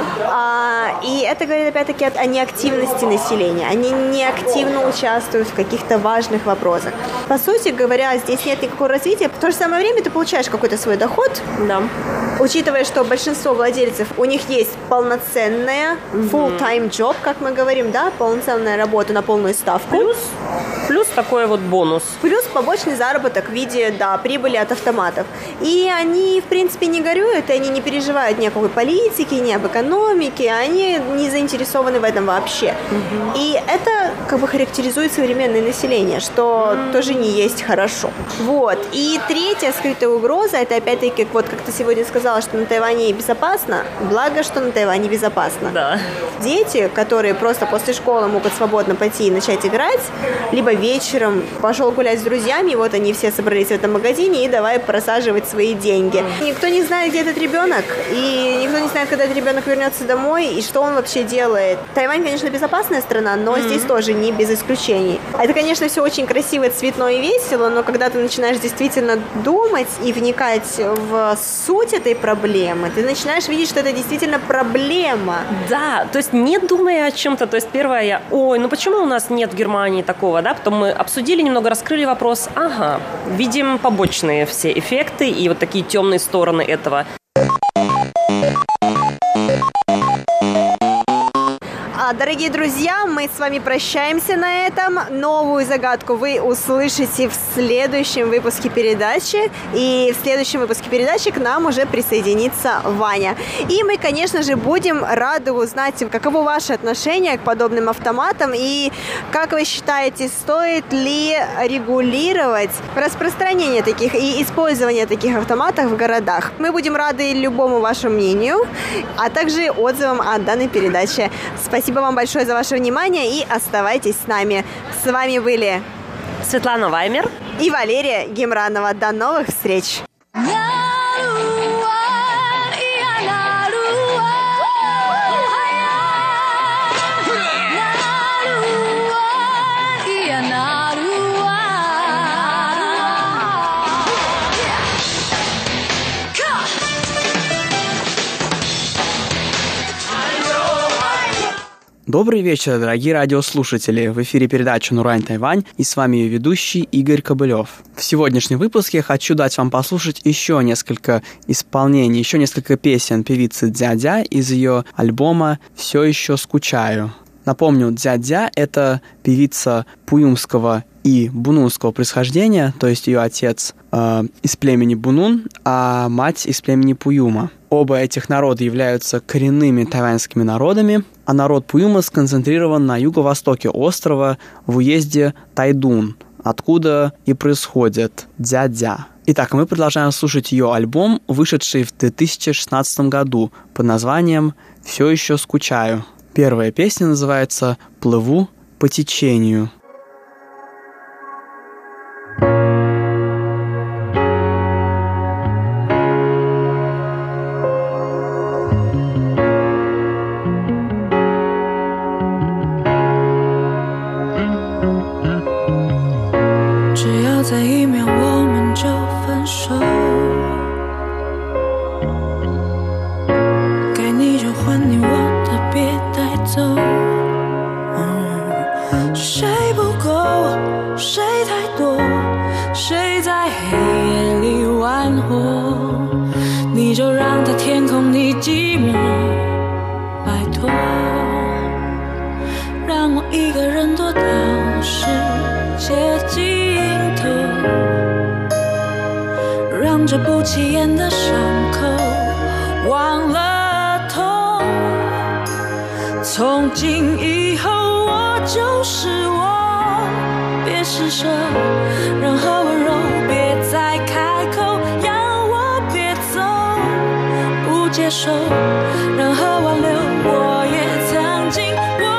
И это говорит, опять-таки, о неактивности населения. Они не активно участвуют в каких-то важных вопросах. По сути говоря, здесь нет никакого развития. В то же самое время ты получаешь какой-то свой доход. Да. Учитывая, что большинство владельцев, у них есть полноценная full-time job, как мы говорим, да, полноценная работа на полную ставку. Плюс такой вот бонус. Плюс побочный заработок в виде, да, прибыли от автоматов. И они, в принципе, не горюют, и они не переживают ни о какой политике, ни об экономике, они не заинтересованы в этом вообще. И это как бы характеризует современное население, что тоже не есть хорошо. Вот. И третья скрытая угроза, это опять-таки, вот как ты сегодня сказала, что на Тайване безопасно, благо, что на Тайване безопасно. Да. Дети, которые просто после школы могут свободно пойти и начать играть, либо вечером пошел гулять с друзьями, вот они все собрались в этом магазине и давай просаживать свои деньги. Никто не знает, где этот ребенок, и никто не знает, когда этот ребенок вернется домой, и что он вообще делает. Тайвань, конечно, безопасная страна, но здесь тоже не без исключений. Это, конечно, все очень красиво, цветно и весело, но когда ты начинаешь действительно думать и вникать в суть этой проблемы, ты начинаешь видеть, что это действительно проблема. Да, то есть не думая о чем-то, то есть первое, ну почему у нас нет в Германии такого, да, потом мы обсудили немного, раскрыли вопрос, видим побочные все эффекты и вот такие темные стороны этого. Дорогие друзья, мы с вами прощаемся на этом. Новую загадку вы услышите в следующем выпуске передачи. И в следующем выпуске передачи к нам уже присоединится Ваня. И мы, конечно же, будем рады узнать, каково ваше отношение к подобным автоматам. И как вы считаете, стоит ли регулировать распространение таких и использование таких автоматов в городах? Мы будем рады любому вашему мнению, а также отзывам о данной передаче. Спасибо вам большое за ваше внимание и оставайтесь с нами. С вами были Светлана Ваймер и Валерия Гемранова. До новых встреч! Добрый вечер, дорогие радиослушатели! В эфире передача «Нурань Тайвань» и с вами ее ведущий Игорь Кобылев. В сегодняшнем выпуске я хочу дать вам послушать еще несколько исполнений, еще несколько песен певицы Дзядя из ее альбома «Все еще скучаю». Напомню, Дзя-Дзя – это певица пуюмского и бунунского происхождения, то есть ее отец из племени Бунун, а мать из племени Пуюма. Оба этих народа являются коренными тайваньскими народами, а народ Пуюма сконцентрирован на юго-востоке острова в уезде Тайдун, откуда и происходит Дзя-Дзя. Итак, мы продолжаем слушать ее альбом, вышедший в 2016 году под названием «Все еще скучаю». Первая песня называется «Плыву по течению». 这不起眼的伤口忘了痛，从今以后我就是我，别施舍任何温柔，别再开口要我别走，不接受任何挽留，我也曾经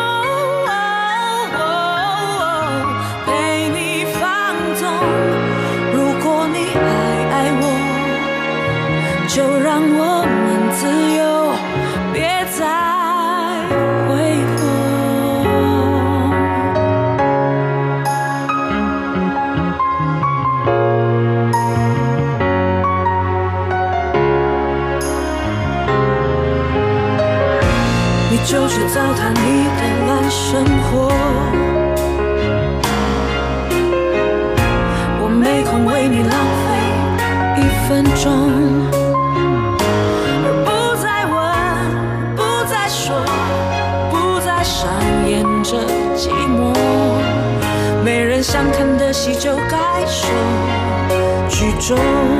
陪你放纵，如果你爱我就让我们自由，别再回你就是糟蹋你的烂生活，我没空为你浪费1分钟，上演着寂寞，没人想看的戏就该受剧终，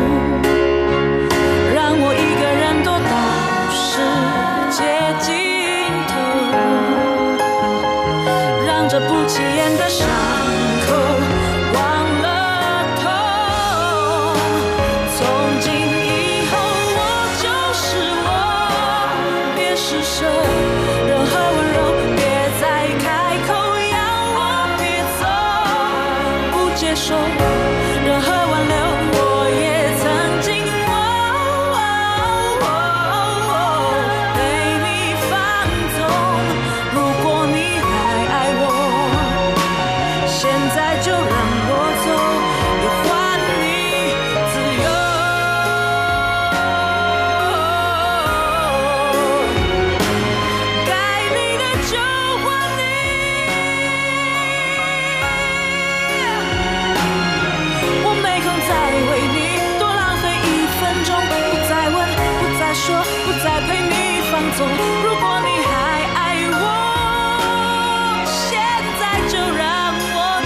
让我一个人躲到世界尽头，让这不起眼的伤口忘了痛，从今以后我就是我，别施舍任何温柔，接受任何挽留，我也曾经陪你放纵，如果你还爱我，现在就让我走，也还你自由，该你的就还你，再为你多浪费1分钟，不再问，不再说，不再陪你放纵，如果你还爱我，现在就让我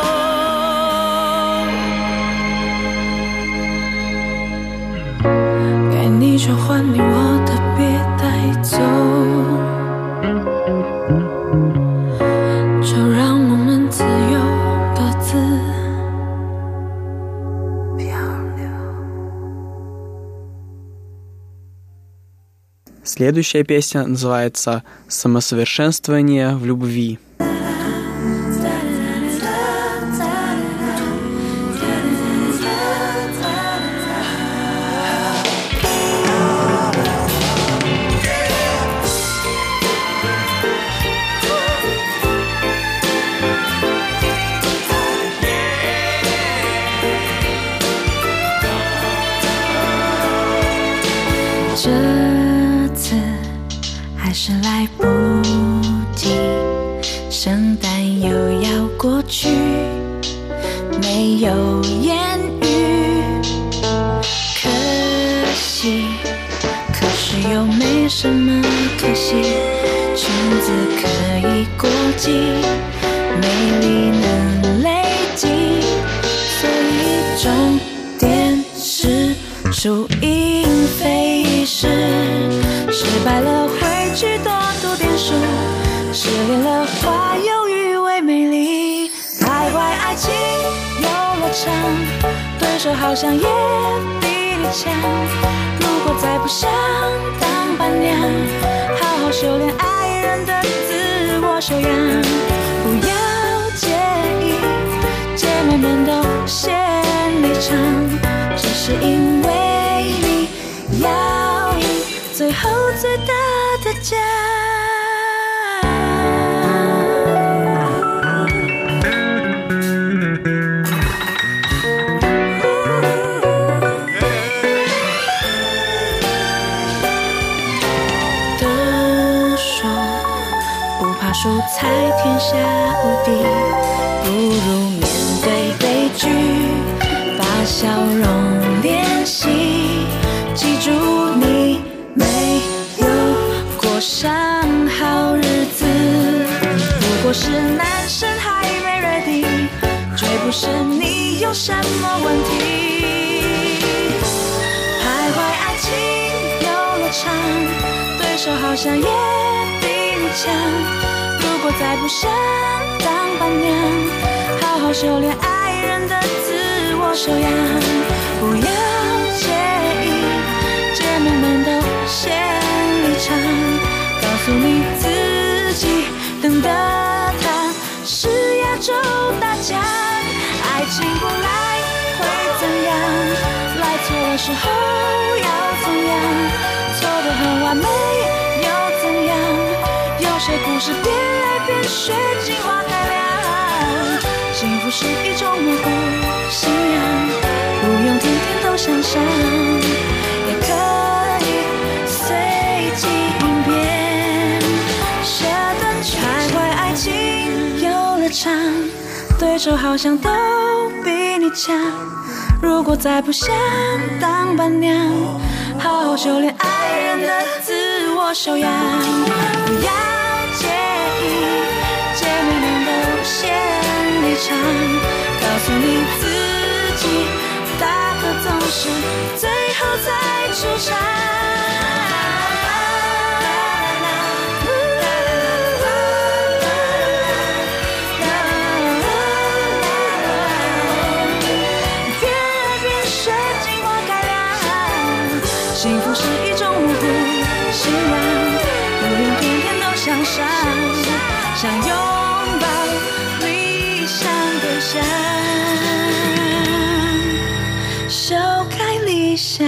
走，该你就还你我的别带走，就让我们自由各自 Следующая песня называется «Самосовершенствование в любви». 还是来不及，圣诞又要过去，没有言语，可惜，可是又没什么可惜， 裙子可以过季，美丽能累积，所以重点是输赢非是。失败了回去多读点书，失恋了化忧郁为美丽。徘徊爱情游乐场，对手好像也比你强。如果再不想当伴娘，好好修炼爱人的自我修养。不要介意姐妹们都先离场，只是因为你要赢最后最大的奖。输才天下无敌，不如面对悲剧，把笑容练习。记住你没有过上好日子，不过是男生还没 ready， 追不上你有什么问题？徘徊爱情游乐场，对手好像也比你强。如果再不想当伴娘，好好修炼爱人的自我修养。不要介意姐妹们都先离场，告诉你自己等的他是亚洲大奖。爱情不来会怎样？来错的时候要怎样？错得很完美又怎样？有些故事变来变去，进化改良。幸福是一种模糊信仰，不用天天都向上，也可以随机应变。下段徘徊爱情游乐场，对手好像都比你强。如果再不想当伴娘，好好修炼爱人的自我修养。不要介意姐妹们都先离场，告诉你自己大可总是最后才出场。幸福是一种模糊信仰，不用天天都向上，想拥抱理想对象，修改理想。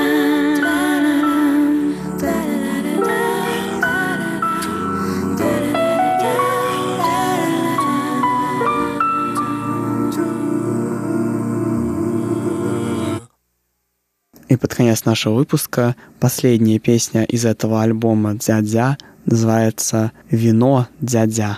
И под конец нашего выпуска последняя песня из этого альбома «Дзя-дзя» называется «Вино дзя-дзя».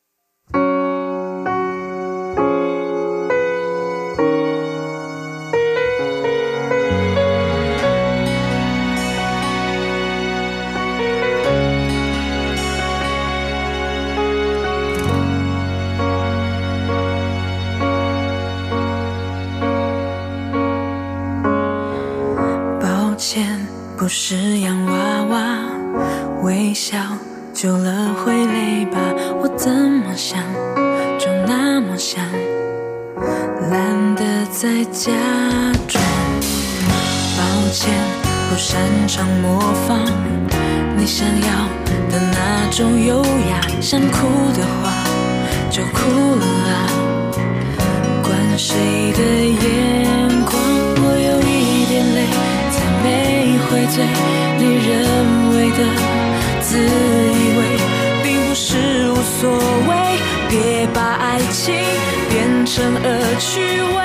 不是洋娃娃，微笑久了会累吧？我怎么想就那么想，懒得再假装。抱歉，不擅长模仿你想要的那种优雅，想哭的话就哭了啊，管谁的眼光，我有一点累，没回醉，你认为的自以为并不是无所谓，别把爱情变成恶趣味。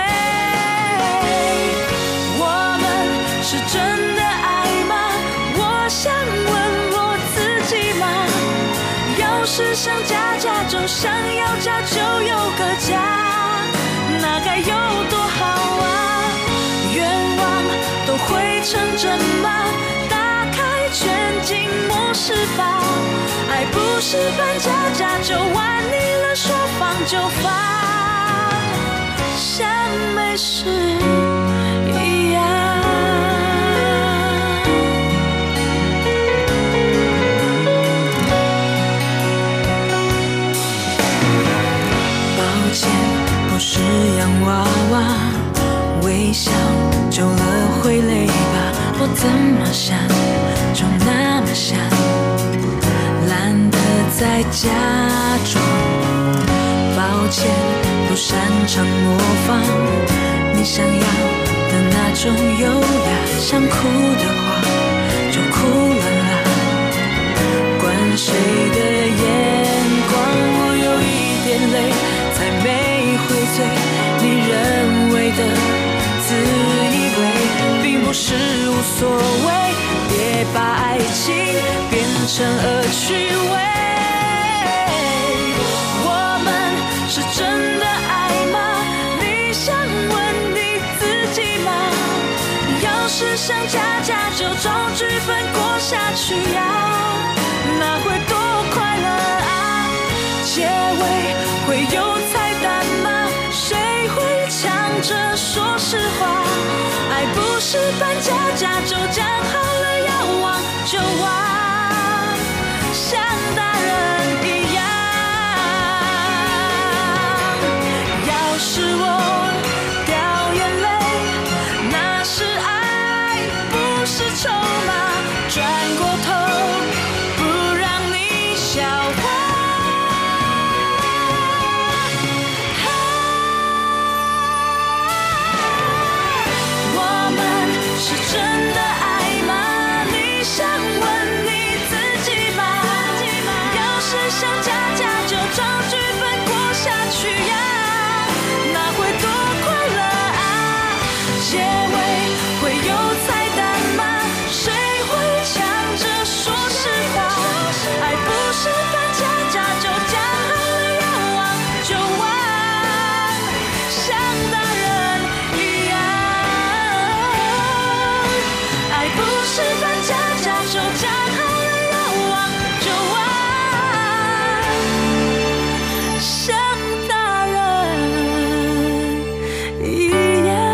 我们是真的爱吗？我想问我自己吗？要是想嫁嫁就想要嫁就有个家，那该有多好啊，愿望都会成真吗？打开全景模式吧，爱不是搬家家就完，腻了说放就放，像没事一样。抱歉，不是洋娃娃，微笑久了会累吧？我怎么想就那么想，懒得再假装。抱歉，不擅长模仿你想要的那种优雅，想哭的话就哭了啦，管谁的眼光，我有一点累才没会醉，你认为的自以为并不是无所谓，别把爱情变成恶趣味。我们是真的爱吗？你想问你自己吗？要是想家家就照剧本过下去呀，那会多快乐啊！结尾会有彩蛋吗？谁会抢着说实话？爱不是搬家家就讲好了要忘就忘，像大人一样。要是我掉眼泪，那是爱，不是筹码。转过头，不让你笑话。我们是真的爱吗？你想问你自己吗？要是想家家就照剧本过下去呀，那会多快乐啊！结尾会有彩蛋吗？谁会抢着说实话？爱不是搬家家就讲好了要忘就忘，像大人一样。爱不是搬家家就讲好了要忘就忘，像大人一样。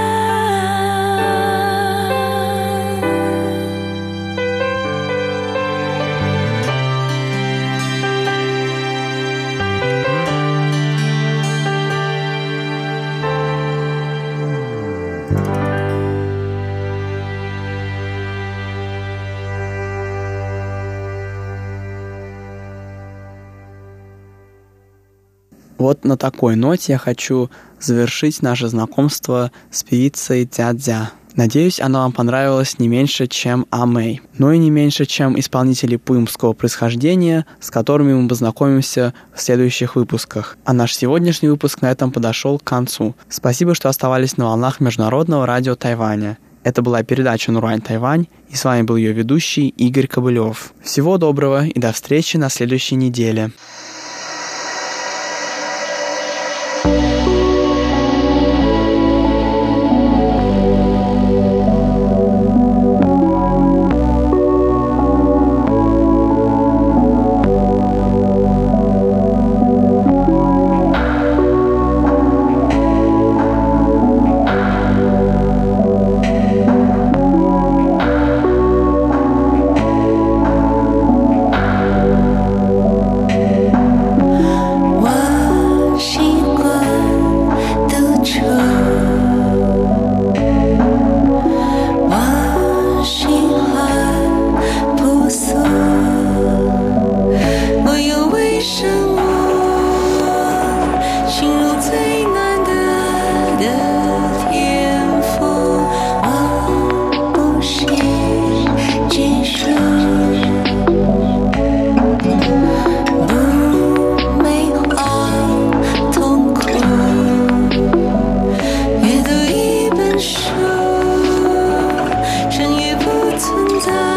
Вот на такой ноте я хочу завершить наше знакомство с певицей Дзя-Дзя. Надеюсь, оно вам понравилось не меньше, чем А-Мэй, но и не меньше, чем исполнители пуюмского происхождения, с которыми мы познакомимся в следующих выпусках. А наш сегодняшний выпуск на этом подошел к концу. Спасибо, что оставались на волнах Международного радио Тайваня. Это была передача «Нурань Тайвань», и с вами был ее ведущий Игорь Кобылев. Всего доброго и до встречи на следующей неделе. 存在。